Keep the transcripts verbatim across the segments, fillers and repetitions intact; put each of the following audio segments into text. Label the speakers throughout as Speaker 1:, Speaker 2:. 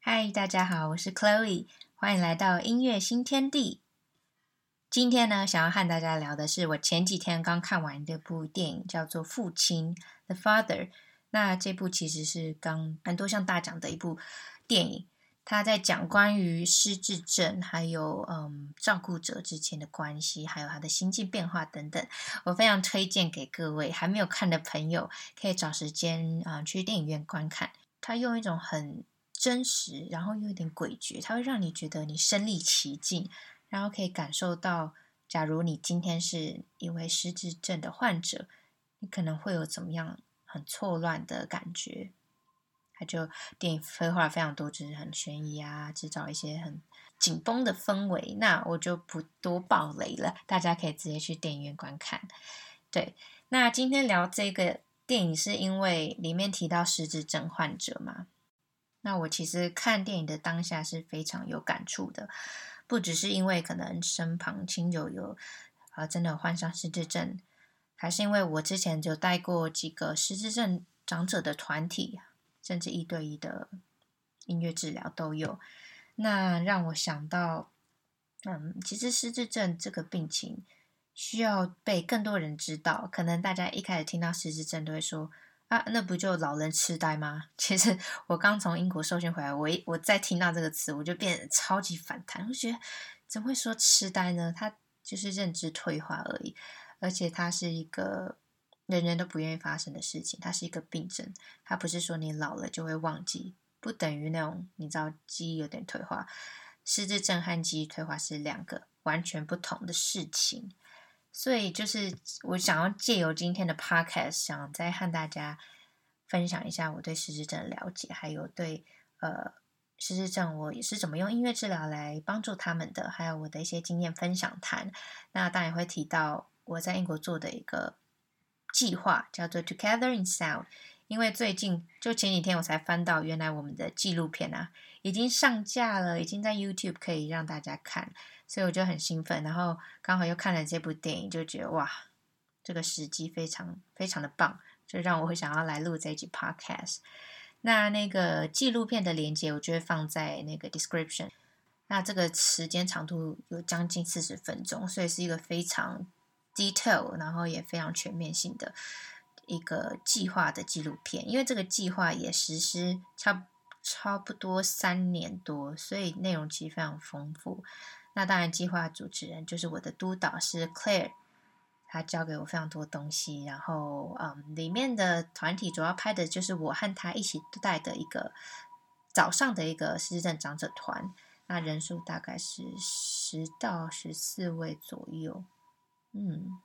Speaker 1: 嗨，大家好，我是 Chloe， 欢迎来到音乐新天地。今天呢，想要和大家聊的是我前几天刚看完这部电影，叫做《父亲》The Father。那这部其实是刚很多项大奖的一部电影，他在讲关于失智症，还有嗯照顾者之间的关系，还有他的心境变化等等。我非常推荐给各位还没有看的朋友，可以找时间啊、呃、去电影院观看。他用一种很真实，然后又有点诡谲，它会让你觉得你身临其境，然后可以感受到，假如你今天是一位失智症的患者，你可能会有怎么样很错乱的感觉。它就电影绘画非常多，就是很悬疑啊，制造一些很紧绷的氛围。那我就不多爆雷了，大家可以直接去电影院观看。对，那今天聊这个电影是因为里面提到失智症患者嘛。那我其实看电影的当下是非常有感触的，不只是因为可能身旁亲友有呃真的患上失智症，还是因为我之前就带过几个失智症长者的团体，甚至一对一的音乐治疗都有。那让我想到，嗯，其实失智症这个病情需要被更多人知道。可能大家一开始听到失智症都会说，啊，那不就老人痴呆吗？其实我刚从英国受训回来，我一我再听到这个词，我就变得超级反弹。我觉得怎么会说痴呆呢？它就是认知退化而已，而且它是一个人人都不愿意发生的事情。它是一个病症，它不是说你老了就会忘记，不等于那种你知道记忆有点退化。失智症和记忆退化是两个完全不同的事情。所以就是我想要借由今天的 podcast， 想再和大家分享一下我对失智症的了解，还有对呃失智症我也是怎么用音乐治疗来帮助他们的，还有我的一些经验分享谈。那当然也会提到我在英国做的一个计划，叫做 Together in Sound。因为最近就前几天我才翻到，原来我们的纪录片啊已经上架了，已经在 YouTube 可以让大家看。所以我就很兴奋，然后刚好又看了这部电影，就觉得哇，这个时机非常非常的棒，就让我会想要来录这一集 podcast。那那个纪录片的连接，我就会放在那个 description。那这个时间长度有将近四十分钟，所以是一个非常 detail， 然后也非常全面性的一个计划的纪录片。因为这个计划也实施差差不多三年多，所以内容其实非常丰富。那当然计划主持人就是我的督导是 Claire， 他教给我非常多东西。然后嗯，里面的团体主要拍的就是我和他一起带的一个早上的一个失智症长者团，那人数大概是十到十四位左右。嗯，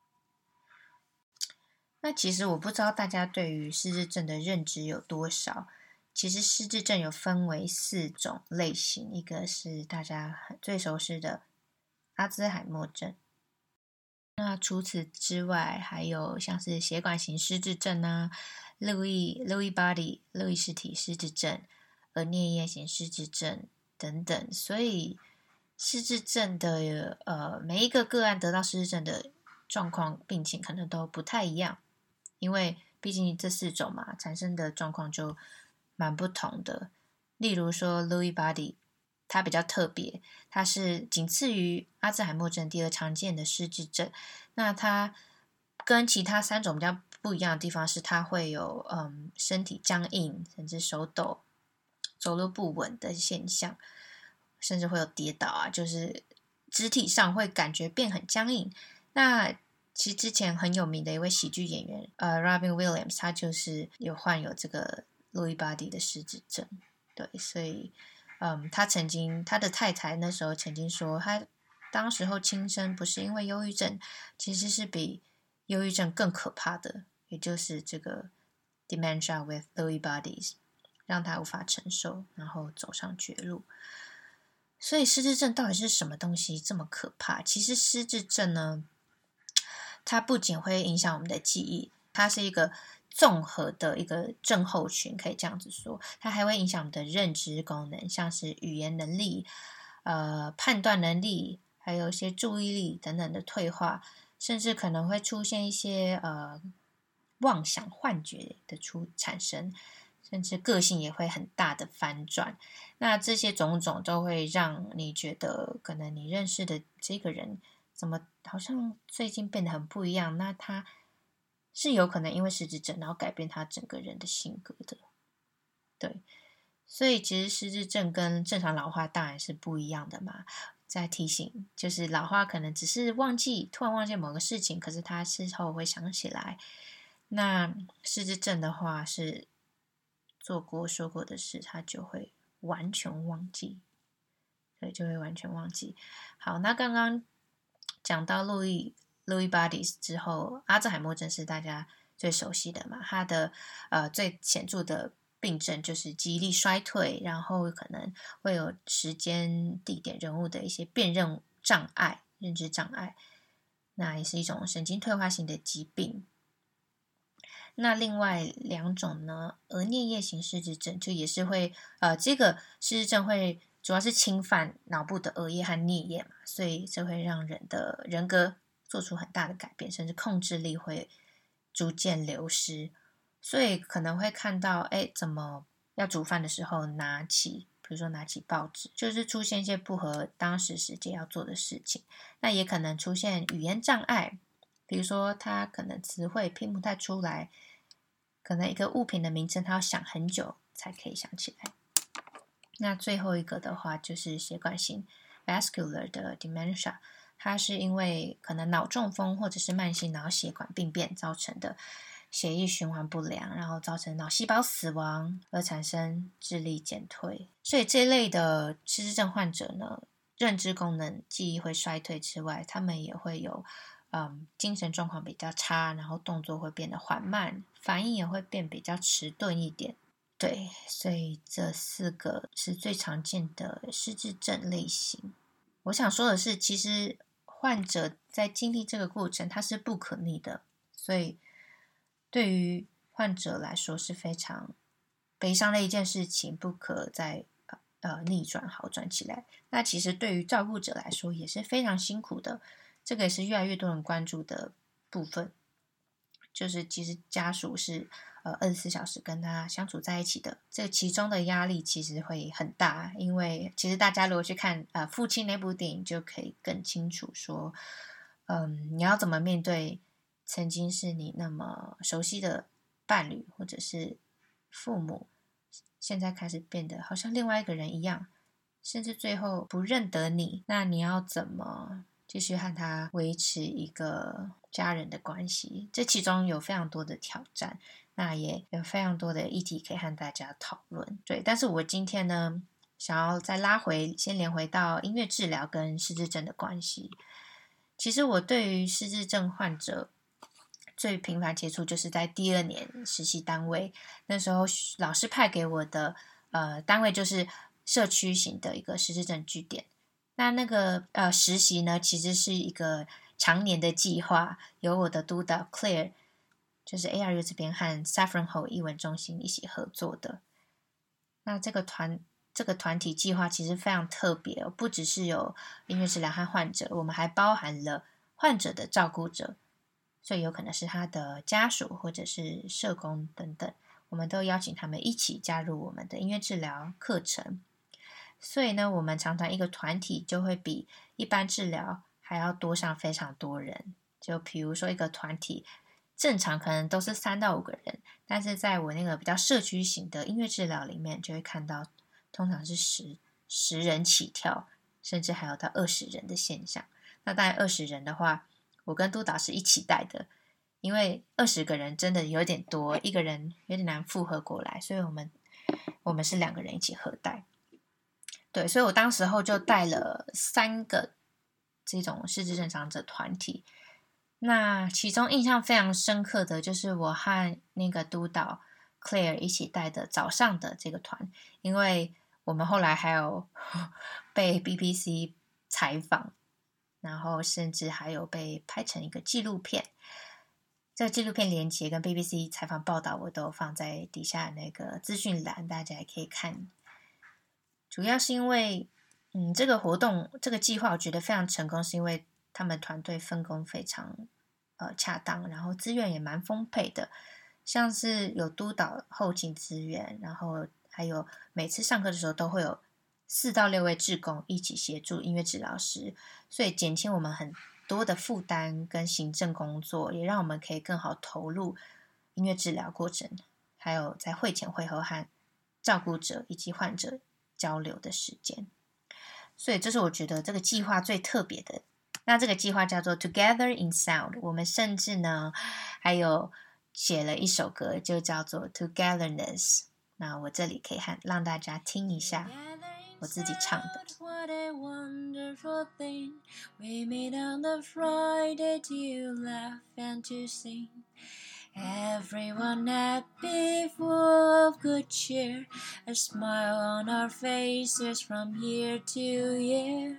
Speaker 1: 那其实我不知道大家对于失智症的认知有多少。其实失智症有分为四种类型，一个是大家最熟悉的阿兹海默症。那除此之外，还有像是血管型失智症啊、路易路易 body 路易氏体失智症、而颞叶型失智症等等。所以失智症的呃每一个个案得到失智症的状况病情可能都不太一样，因为毕竟这四种嘛，产生的状况就蛮不同的。例如说 Lewy body， 它比较特别，它是仅次于阿兹海默症第二常见的失智症。那它跟其他三种比较不一样的地方是，它会有嗯身体僵硬，甚至手抖、走路不稳的现象，甚至会有跌倒啊，就是肢体上会感觉变很僵硬。那其实之前很有名的一位喜剧演员，呃 ，Robin Williams， 他就是有患有这个 Lewy body 的失智症。对，所以，嗯，他曾经他的太太那时候曾经说，他当时候轻生不是因为忧郁症，其实是比忧郁症更可怕的，也就是这个 dementia with Lewy bodies， 让他无法承受，然后走上绝路。所以失智症到底是什么东西这么可怕？其实失智症呢，它不仅会影响我们的记忆，它是一个综合的一个症候群，可以这样子说。它还会影响我们的认知功能，像是语言能力、呃判断能力，还有一些注意力等等的退化，甚至可能会出现一些呃妄想、幻觉的出产生。 甚至个性也会很大的反转。那这些种种都会让你觉得，可能你认识的这个人怎么好像最近变得很不一样，那他是有可能因为失智症然后改变他整个人的性格的。对，所以其实失智症跟正常老化当然是不一样的嘛。再提醒，就是老化可能只是忘记，突然忘记某个事情，可是他事后会想起来。那失智症的话是做过说过的事，他就会完全忘记，对，就会完全忘记。好，那刚刚讲到路易路易巴迪斯之后，阿兹海默症是大家最熟悉的嘛，他的呃最显著的病症就是记忆力衰退，然后可能会有时间、地点、人物的一些辨认障碍、认知障碍，那也是一种神经退化性的疾病。那另外两种呢，额颞叶型失智症就也是会，呃，这个失智症会主要是侵犯脑部的额叶和颞叶嘛，所以这会让人的人格做出很大的改变，甚至控制力会逐渐流失。所以可能会看到，哎，怎么要煮饭的时候拿起，比如说拿起报纸，就是出现一些不合当时时间要做的事情。那也可能出现语言障碍，比如说他可能词汇拼不太出来，可能一个物品的名称他要想很久才可以想起来。那最后一个的话就是血管型 vascular 的 dementia， 它是因为可能脑中风或者是慢性脑血管病变造成的血液循环不良，然后造成脑细胞死亡而产生智力减退。所以这一类的失智症患者呢，认知功能、记忆会衰退之外，他们也会有嗯，精神状况比较差，然后动作会变得缓慢，反应也会变比较迟钝一点。对，所以这四个是最常见的失智症类型。我想说的是，其实患者在经历这个过程，它是不可逆的，所以对于患者来说是非常悲伤的一件事情，不可再呃逆转好转起来。那其实对于照顾者来说也是非常辛苦的。这个也是越来越多人关注的部分，就是其实家属是呃二十四小时跟他相处在一起的，这其中的压力其实会很大，因为其实大家如果去看呃父亲那部电影，就可以更清楚说，嗯，你要怎么面对曾经是你那么熟悉的伴侣或者是父母，现在开始变得好像另外一个人一样，甚至最后不认得你，那你要怎么继续和他维持一个家人的关系？这其中有非常多的挑战，那也有非常多的议题可以和大家讨论。对，但是我今天呢，想要再拉回，先连回到音乐治疗跟失智症的关系。其实我对于失智症患者最频繁接触就是在第二年实习单位，那时候老师派给我的呃单位就是社区型的一个失智症据点。那那个呃实习呢，其实是一个常年的计划，由我的督导 Claire， 就是 A R U 这边和 Saffron Hall 艺文中心一起合作的。那这个团这个团体计划其实非常特别哦，不只是有音乐治疗和患者，我们还包含了患者的照顾者，所以有可能是他的家属或者是社工等等，我们都邀请他们一起加入我们的音乐治疗课程。所以呢，我们常常一个团体就会比一般治疗还要多上非常多人。就比如说一个团体正常可能都是三到五个人，但是在我那个比较社区型的音乐治疗里面，就会看到通常是十十人起跳，甚至还有到二十人的现象。那当然二十人的话，我跟督导是一起带的，因为二十个人真的有点多，一个人有点难负荷过来，所以我们我们是两个人一起合带。对，所以我当时候就带了三个这种失智症长者团体。那其中印象非常深刻的就是我和那个督导 Claire 一起带的早上的这个团，因为我们后来还有被 B B C 采访，然后甚至还有被拍成一个纪录片。这个纪录片连结跟 B B C 采访报道我都放在底下那个资讯栏，大家也可以看。主要是因为，嗯，这个活动这个计划我觉得非常成功，是因为他们团队分工非常呃恰当，然后资源也蛮丰沛的， 像是有督导后勤资源，然后还有每次上课的时候都会有四到六位志工一起协助音乐治疗师，所以减轻我们很多的负担跟行政工作，也让我们可以更好投入音乐治疗过程，还有在会前会后和照顾者以及患者交流的时间。所以这是我觉得这个计划最特别的。那这个计划叫做 Together in Sound， 我们甚至呢还有写了一首歌，就叫做 Togetherness。那我这里可以让大家听一下我自己唱的。What a wonderful thing we made on the Friday to laugh and to sing. Everyone happy, full of good cheer, a smile on our faces from year to year.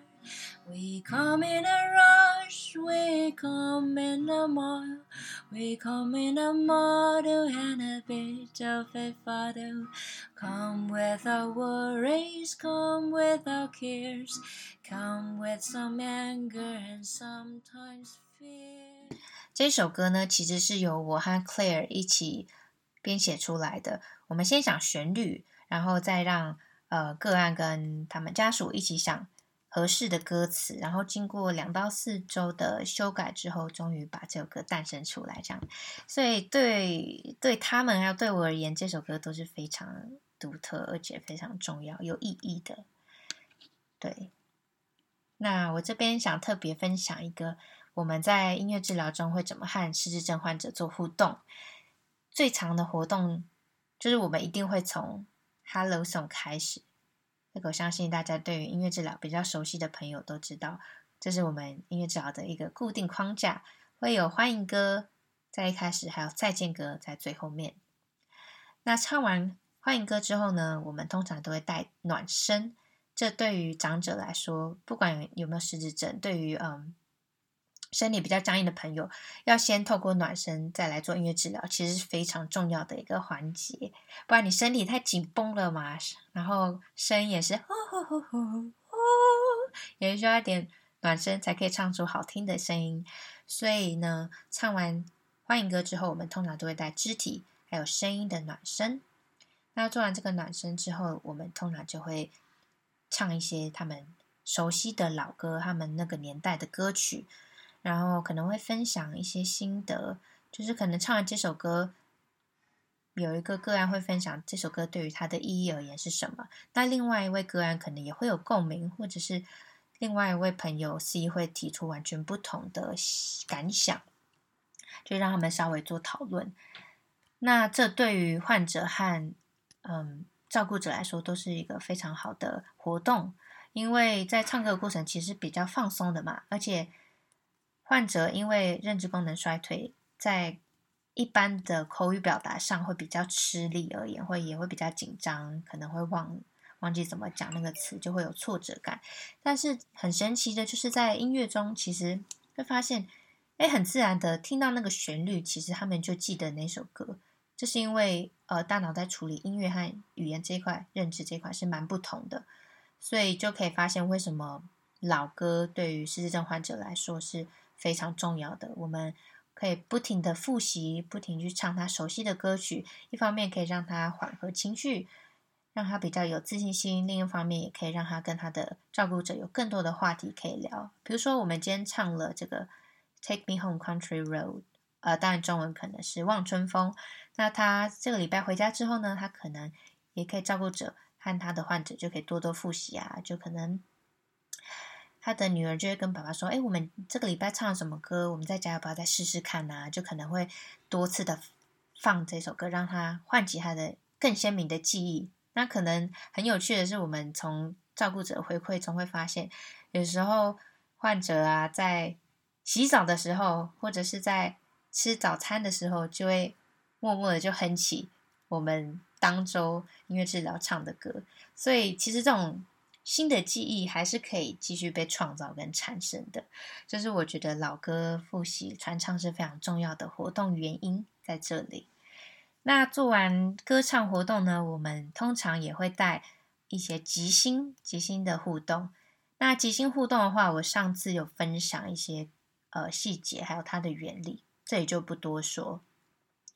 Speaker 1: We come in a rush, we come in a mile, we come in a motto and a bit of a fado. Come with our worries, come with our cares, come with some anger and sometimes fear. 这首歌呢，其实是由我和 Claire 一起编写出来的。我们先想旋律，然后再让呃个案跟他们家属一起想合适的歌词，然后经过两到四周的修改之后，终于把这首歌诞生出来。这样，所以对对他们还有对我而言，这首歌都是非常独特，而且非常重要、有意义的。对，那我这边想特别分享一个，我们在音乐治疗中会怎么和失智症患者做互动。最常的活动就是我们一定会从 Hello Song 开始。这个我相信大家对于音乐治疗比较熟悉的朋友都知道，这是我们音乐治疗的一个固定框架，会有欢迎歌在一开始，还有再见歌在最后面。那唱完欢迎歌之后呢，我们通常都会带暖身，这对于长者来说，不管有没有失智症，对于嗯身体比较僵硬的朋友，要先透过暖身再来做音乐治疗，其实是非常重要的一个环节。不然你身体太紧绷了嘛，然后声音也是呼呼呼呼呼，也需要一点暖身才可以唱出好听的声音。所以呢，唱完欢迎歌之后，我们通常都会带肢体还有声音的暖身。那做完这个暖身之后，我们通常就会唱一些他们熟悉的老歌，他们那个年代的歌曲。然后可能会分享一些心得，就是可能唱完这首歌，有一个个案会分享这首歌对于他的意义而言是什么。那另外一位个案可能也会有共鸣，或者是另外一位朋友 C 会提出完全不同的感想，就让他们稍微做讨论。那这对于患者和嗯照顾者来说都是一个非常好的活动，因为在唱歌的过程其实比较放松的嘛，而且患者因为认知功能衰退，在一般的口语表达上会比较吃力而言，会也会比较紧张，可能会忘忘记怎么讲那个词，就会有挫折感。但是很神奇的就是在音乐中，其实会发现，哎，很自然的听到那个旋律，其实他们就记得那首歌。这是因为呃，大脑在处理音乐和语言这一块、认知这一块是蛮不同的，所以就可以发现为什么老歌对于失智症患者来说是非常重要的。我们可以不停的复习，不停去唱他熟悉的歌曲，一方面可以让他缓和情绪，让他比较有自信心，另一方面也可以让他跟他的照顾者有更多的话题可以聊。比如说我们今天唱了这个 Take Me Home Country Road， 呃，当然中文可能是望春风。那他这个礼拜回家之后呢，他可能也可以照顾者和他的患者就可以多多复习啊，就可能他的女儿就会跟爸爸说，哎，我们这个礼拜唱了什么歌，我们在家要不要再试试看啊，就可能会多次的放这首歌，让他唤起他的更鲜明的记忆。那可能很有趣的是，我们从照顾者回馈中会发现，有时候患者啊在洗澡的时候，或者是在吃早餐的时候，就会默默的就哼起我们当周音乐治疗唱的歌。所以其实这种新的记忆还是可以继续被创造跟产生的，这是我觉得老歌复习传唱是非常重要的活动原因在这里。那做完歌唱活动呢，我们通常也会带一些即兴即兴的互动。那即兴互动的话，我上次有分享一些呃细节还有它的原理，这里就不多说。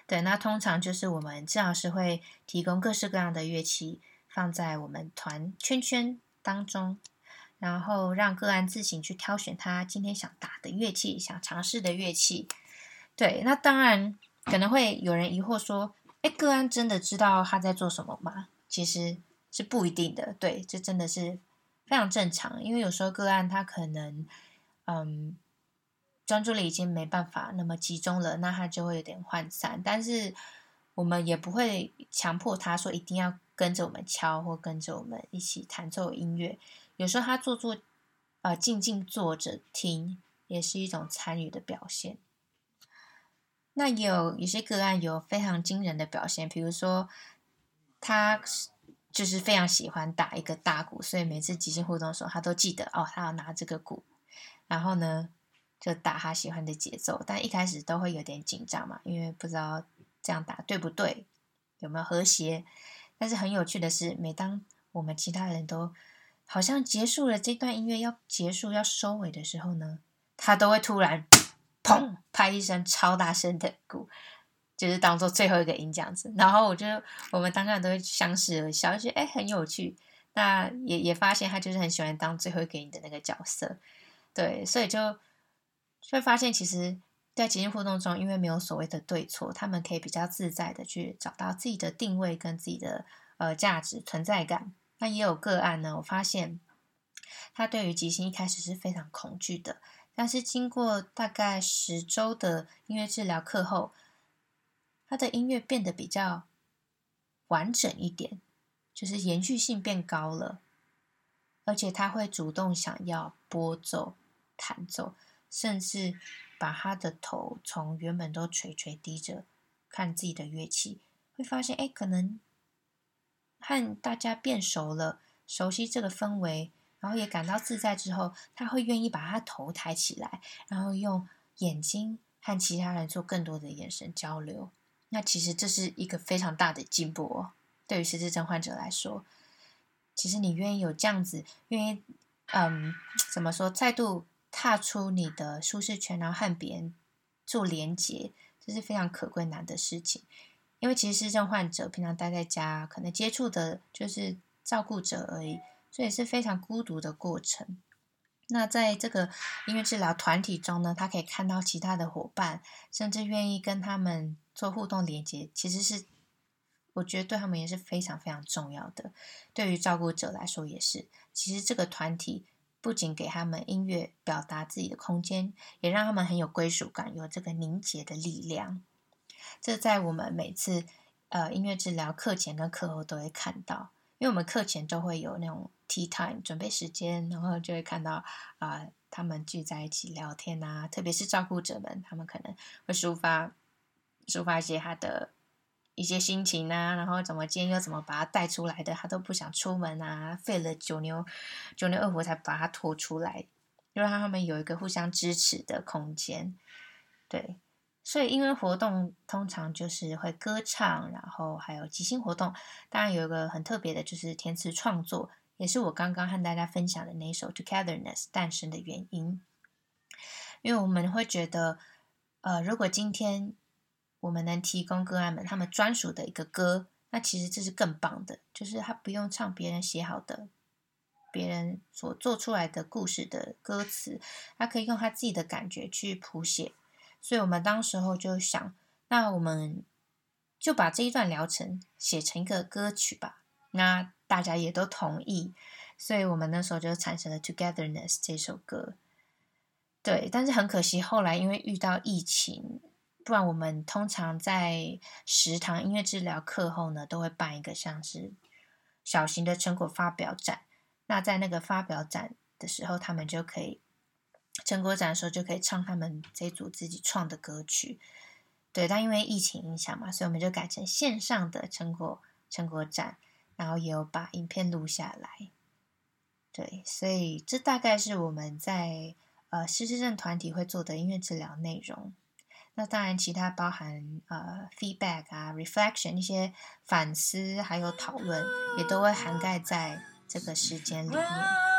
Speaker 1: 对，那通常就是我们治疗师会提供各式各样的乐器放在我们团圈圈当中，然后让个案自行去挑选他今天想打的乐器，想尝试的乐器。对，那当然可能会有人疑惑说，哎，个案真的知道他在做什么吗？其实是不一定的。对，这真的是非常正常，因为有时候个案他可能嗯专注力已经没办法那么集中了，那他就会有点涣散。但是我们也不会强迫他说一定要跟着我们敲或跟着我们一起弹奏音乐。有时候他坐坐呃静静坐着听，也是一种参与的表现。那也有有些个案有非常惊人的表现，比如说他就是非常喜欢打一个大鼓，所以每次即兴互动的时候，他都记得哦，他要拿这个鼓，然后呢就打他喜欢的节奏。但一开始都会有点紧张嘛，因为不知道这样打对不对，有没有和谐。但是很有趣的是，每当我们其他人都好像结束了这段音乐要结束要收尾的时候呢，他都会突然砰拍一声超大声的鼓，就是当做最后一个音这样子。然后我就我们当下都会相视而笑，就觉得哎很有趣。那也也发现他就是很喜欢当最后一个音的那个角色。对，所以就就会发现其实在即兴互动中，因为没有所谓的对错，他们可以比较自在的去找到自己的定位跟自己的呃价值存在感。那也有个案呢，我发现他对于即兴一开始是非常恐惧的，但是经过大概十周的音乐治疗课后，他的音乐变得比较完整一点，就是延续性变高了，而且他会主动想要拨奏、弹奏，甚至把他的头从原本都垂垂低着看自己的乐器，会发现哎，可能和大家变熟了，熟悉这个氛围，然后也感到自在之后，他会愿意把他头抬起来，然后用眼睛和其他人做更多的眼神交流。那其实这是一个非常大的进步哦，对于失智症患者来说，其实你愿意有这样子，愿意嗯怎么说，再度踏出你的舒适圈，然后和别人做连结，这是非常可贵难的事情。因为其实失智症患者平常待在家，可能接触的就是照顾者而已，所以是非常孤独的过程。那在这个音乐治疗团体中呢，他可以看到其他的伙伴，甚至愿意跟他们做互动连接，其实是我觉得对他们也是非常非常重要的。对于照顾者来说也是，其实这个团体不仅给他们音乐表达自己的空间，也让他们很有归属感，有这个凝结的力量。这在我们每次呃音乐治疗课前跟课后都会看到，因为我们课前都会有那种 tea time 准备时间，然后就会看到啊、呃、他们聚在一起聊天啊，特别是照顾者们，他们可能会抒发抒发一些他的一些心情啊，然后怎么今天又怎么把他带出来的，他都不想出门啊，费了九牛九牛二虎才把他拖出来，就让他们有一个互相支持的空间，对。所以音乐活动通常就是会歌唱，然后还有即兴活动。当然有一个很特别的，就是填词创作，也是我刚刚和大家分享的那一首《Togetherness》诞生的原因。因为我们会觉得，呃，如果今天我们能提供个案们他们专属的一个歌，那其实这是更棒的，就是他不用唱别人写好的、别人所做出来的故事的歌词，他可以用他自己的感觉去谱写。所以我们当时候就想，那我们就把这一段疗程写成一个歌曲吧。那大家也都同意，所以我们那时候就产生了《Togetherness》这首歌。对，但是很可惜，后来因为遇到疫情，不然我们通常在十堂音乐治疗课后呢，都会办一个像是小型的成果发表展。那在那个发表展的时候，他们就可以成果展的时候就可以唱他们这组自己创的歌曲。对，但因为疫情影响嘛，所以我们就改成线上的成果成果展，然后也有把影片录下来。对，所以这大概是我们在呃失智症团体会做的音乐治疗内容。那当然，其他包含呃 feedback 啊、reflection 一些反思，还有讨论，也都会涵盖在这个时间里面。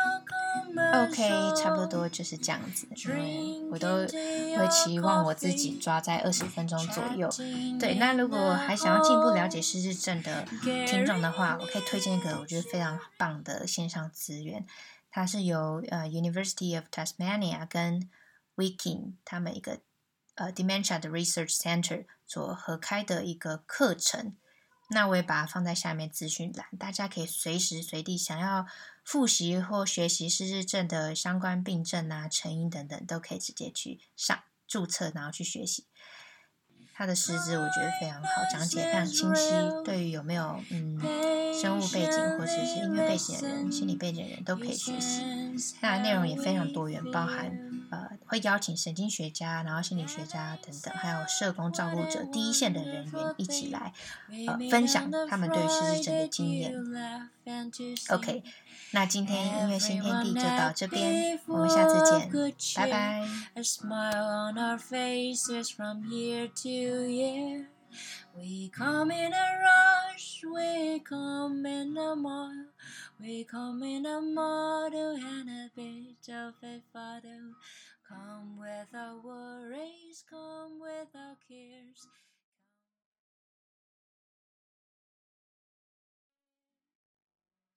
Speaker 1: OK， 差不多就是这样子，因为我都会期望我自己抓在二十分钟左右。对，那如果还想要进一步了解失智症的听众的话，我可以推荐一个我觉得非常棒的线上资源，它是由呃 University of Tasmania 跟 Wiking 他们一个呃 Dementia 的 Research Center 所合开的一个课程。那我也把它放在下面资讯栏，大家可以随时随地想要复习或学习失智症的相关病症啊、成因等等，都可以直接去上注册，然后去学习。它的师资我觉得非常好，讲解非常清晰，对于有没有嗯生物背景或者是音乐背景的人、心理背景的人都可以学习。那内容也非常多元，包含呃会邀请神经学家，然后心理学家等等，还有社工照顾者、第一线的人员一起来呃分享他们对于失智症的经验。OK， 那今天音乐新天地就到这边，我们下次见，拜拜。A smile on our faces from year to year. We come in a rush, we come in a mile, we come in a motto and a bit of a fado. Come with our worries, come with our cares.